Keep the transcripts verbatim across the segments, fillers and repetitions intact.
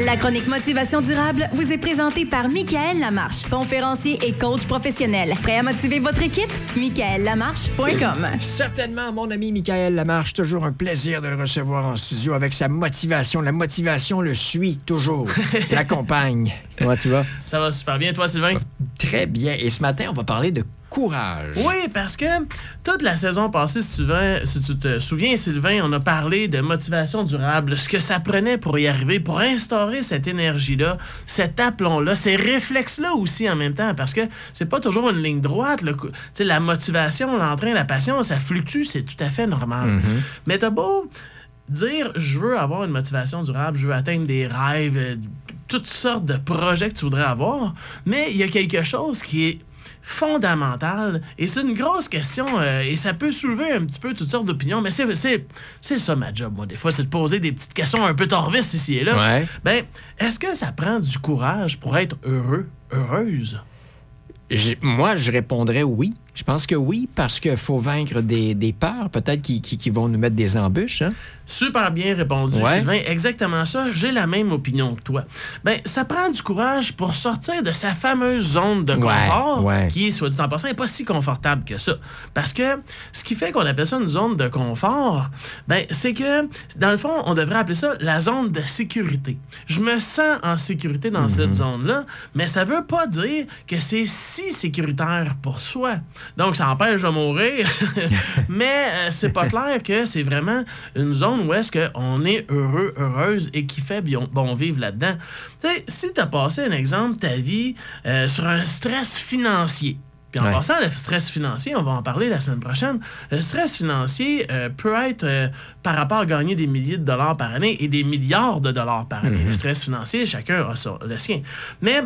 La chronique Motivation durable vous est présentée par Michaël Lamarche, conférencier et coach professionnel. Prêt à motiver votre équipe? michaël lamarche point com. Certainement, mon ami Michaël Lamarche. Toujours un plaisir de le recevoir en studio avec sa motivation. La motivation le suit toujours, l'accompagne. Comment tu vas? Ça va super bien, toi, Sylvain? Très bien. Et ce matin, on va parler de courage. Oui, parce que toute la saison passée, si tu, veux, si tu te souviens, Sylvain, on a parlé de motivation durable, ce que ça prenait pour y arriver, pour instaurer cette énergie-là, cet aplomb-là, ces réflexes-là aussi en même temps, parce que c'est pas toujours une ligne droite. Le, la motivation, l'entrain, la passion, ça fluctue, c'est tout à fait normal. Mm-hmm. Mais t'as beau dire, je veux avoir une motivation durable, je veux atteindre des rêves, euh, toutes sortes de projets que tu voudrais avoir, mais il y a quelque chose qui est fondamental, et c'est une grosse question, euh, et ça peut soulever un petit peu toutes sortes d'opinions, mais c'est, c'est, c'est ça ma job, moi, des fois, c'est de poser des petites questions un peu torvistes ici et là. Ouais. Ben, est-ce que ça prend du courage pour être heureux, heureuse? Je, moi, je répondrais oui. Je pense que oui, parce qu'il faut vaincre des, des peurs, peut-être, qui, qui, qui vont nous mettre des embûches. Hein? Super bien répondu, ouais. Sylvain. Exactement ça. J'ai la même opinion que toi. Ben, ça prend du courage pour sortir de sa fameuse zone de confort, ouais, ouais. qui est, soit dit en passant, n'est pas si confortable que ça. Parce que ce qui fait qu'on appelle ça une zone de confort, ben, c'est que, dans le fond, on devrait appeler ça la zone de sécurité. Je me sens en sécurité dans mm-hmm. cette zone-là, mais ça veut pas dire que c'est si sécuritaire pour soi. Donc, ça empêche de mourir, mais euh, c'est pas clair que c'est vraiment une zone où est-ce qu'on est heureux, heureuse et qui fait bon, bon vivre là-dedans. Tu sais, si tu as passé un exemple de ta vie euh, sur un stress financier, puis en ouais. passant, le stress financier, on va en parler la semaine prochaine, le stress financier euh, peut être euh, par rapport à gagner des milliers de dollars par année et des milliards de dollars par année. Mm-hmm. Le stress financier, chacun a ça, le sien. Mais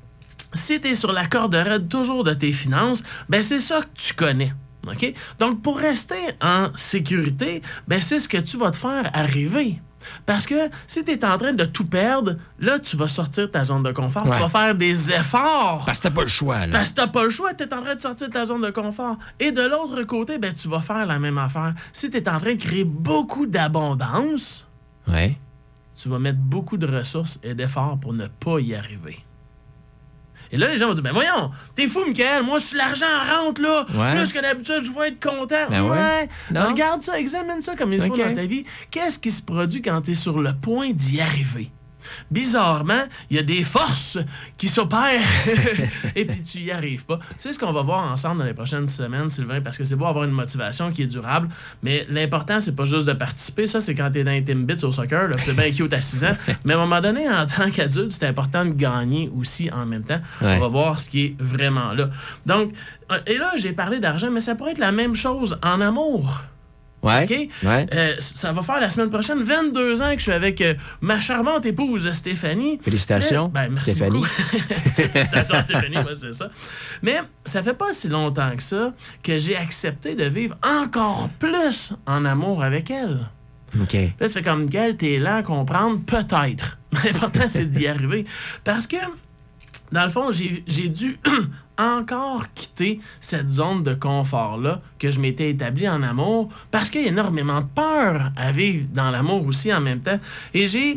si tu es sur la corde raide toujours de tes finances, ben c'est ça que tu connais. OK? Donc, pour rester en sécurité, ben c'est ce que tu vas te faire arriver. Parce que si tu es en train de tout perdre, là, tu vas sortir de ta zone de confort. Ouais. Tu vas faire des efforts. Parce que t'as pas le choix. Là. Parce que t'as pas le choix. Tu es en train de sortir de ta zone de confort. Et de l'autre côté, ben tu vas faire la même affaire. Si tu es en train de créer beaucoup d'abondance, ouais. tu vas mettre beaucoup de ressources et d'efforts pour ne pas y arriver. Et là, les gens vont dire, ben voyons, t'es fou, Michaël, moi, si l'argent rentre, là, ouais. plus que d'habitude, je vais être content. Ben ouais. ouais. Non? Regarde ça, examine ça comme il faut okay. dans ta vie. Qu'est-ce qui se produit quand t'es sur le point d'y arriver? Bizarrement, il y a des forces qui s'opèrent et puis tu y arrives pas. C'est ce qu'on va voir ensemble dans les prochaines semaines, Sylvain, parce que c'est beau avoir une motivation qui est durable, mais l'important, c'est pas juste de participer. Ça, c'est quand t'es dans les Timbits au soccer, là, c'est bien cute à six ans. Mais à un moment donné, en tant qu'adulte, c'est important de gagner aussi en même temps. Ouais. On va voir ce qui est vraiment là. Donc, et là, j'ai parlé d'argent, mais ça pourrait être la même chose en amour. Ouais, okay? ouais. Euh, ça va faire la semaine prochaine vingt-deux ans que je suis avec euh, ma charmante épouse Stéphanie. Félicitations, ben, merci Stéphanie. Félicitations, Stéphanie, moi, c'est ça. Mais ça fait pas si longtemps que ça que j'ai accepté de vivre encore plus en amour avec elle. OK. Là, tu fais comme Miguel, t'es lent à comprendre, peut-être. L'important, c'est d'y arriver. Parce que, dans le fond, j'ai, j'ai dû... encore quitter cette zone de confort-là que je m'étais établi en amour parce qu'il y a énormément de peur à vivre dans l'amour aussi en même temps. Et j'ai,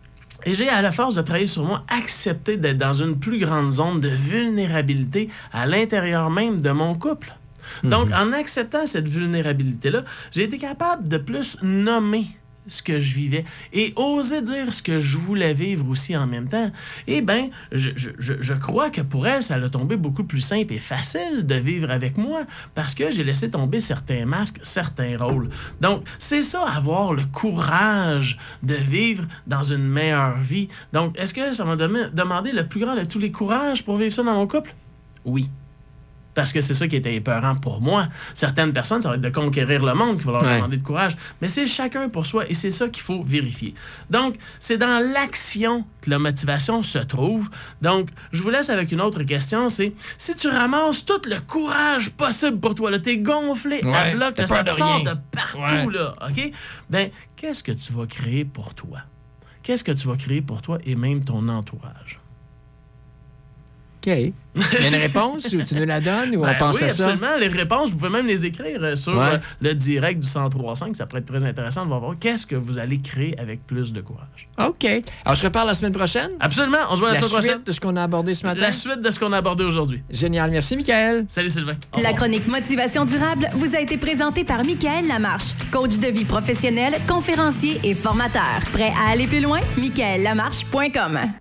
et j'ai à la force de travailler sur moi, accepté d'être dans une plus grande zone de vulnérabilité à l'intérieur même de mon couple. Donc, mm-hmm. en acceptant cette vulnérabilité-là, j'ai été capable de plus nommer ce que je vivais et oser dire ce que je voulais vivre aussi en même temps. Eh bien, je, je, je crois que pour elle, ça l'a tombé beaucoup plus simple et facile de vivre avec moi parce que j'ai laissé tomber certains masques, certains rôles. Donc, c'est ça, avoir le courage de vivre dans une meilleure vie. Donc, est-ce que ça m'a dem- demandé le plus grand de tous les courages pour vivre ça dans mon couple? Oui. Parce que c'est ça qui était épeurant pour moi. Certaines personnes, ça va être de conquérir le monde qui va leur ouais. demander de courage. Mais c'est chacun pour soi et c'est ça qu'il faut vérifier. Donc, c'est dans l'action que la motivation se trouve. Donc, je vous laisse avec une autre question. C'est, si tu ramasses tout le courage possible pour toi, là, t'es gonflé ouais, à bloc, là, ça te sort de de partout, ouais. là, OK? Ben, qu'est-ce que tu vas créer pour toi? Qu'est-ce que tu vas créer pour toi et même ton entourage? OK. Il y a une réponse ou tu nous la donnes ou Ben on pense oui, à ça? absolument. Les réponses, vous pouvez même les écrire euh, sur Ouais. euh, le direct du cent trois cinq. Ça pourrait être très intéressant de voir qu'est-ce que vous allez créer avec plus de courage. OK. Alors, on se reparle la semaine prochaine? Absolument. On se voit la, La semaine prochaine. suite de ce qu'on a abordé ce matin? La suite de ce qu'on a abordé aujourd'hui. Génial. Merci, Michael. Salut Sylvain. Au La revoir. chronique Motivation durable vous a été présentée par Michael Lamarche, coach de vie professionnel, conférencier et formateur. Prêt à aller plus loin? michael lamarche point com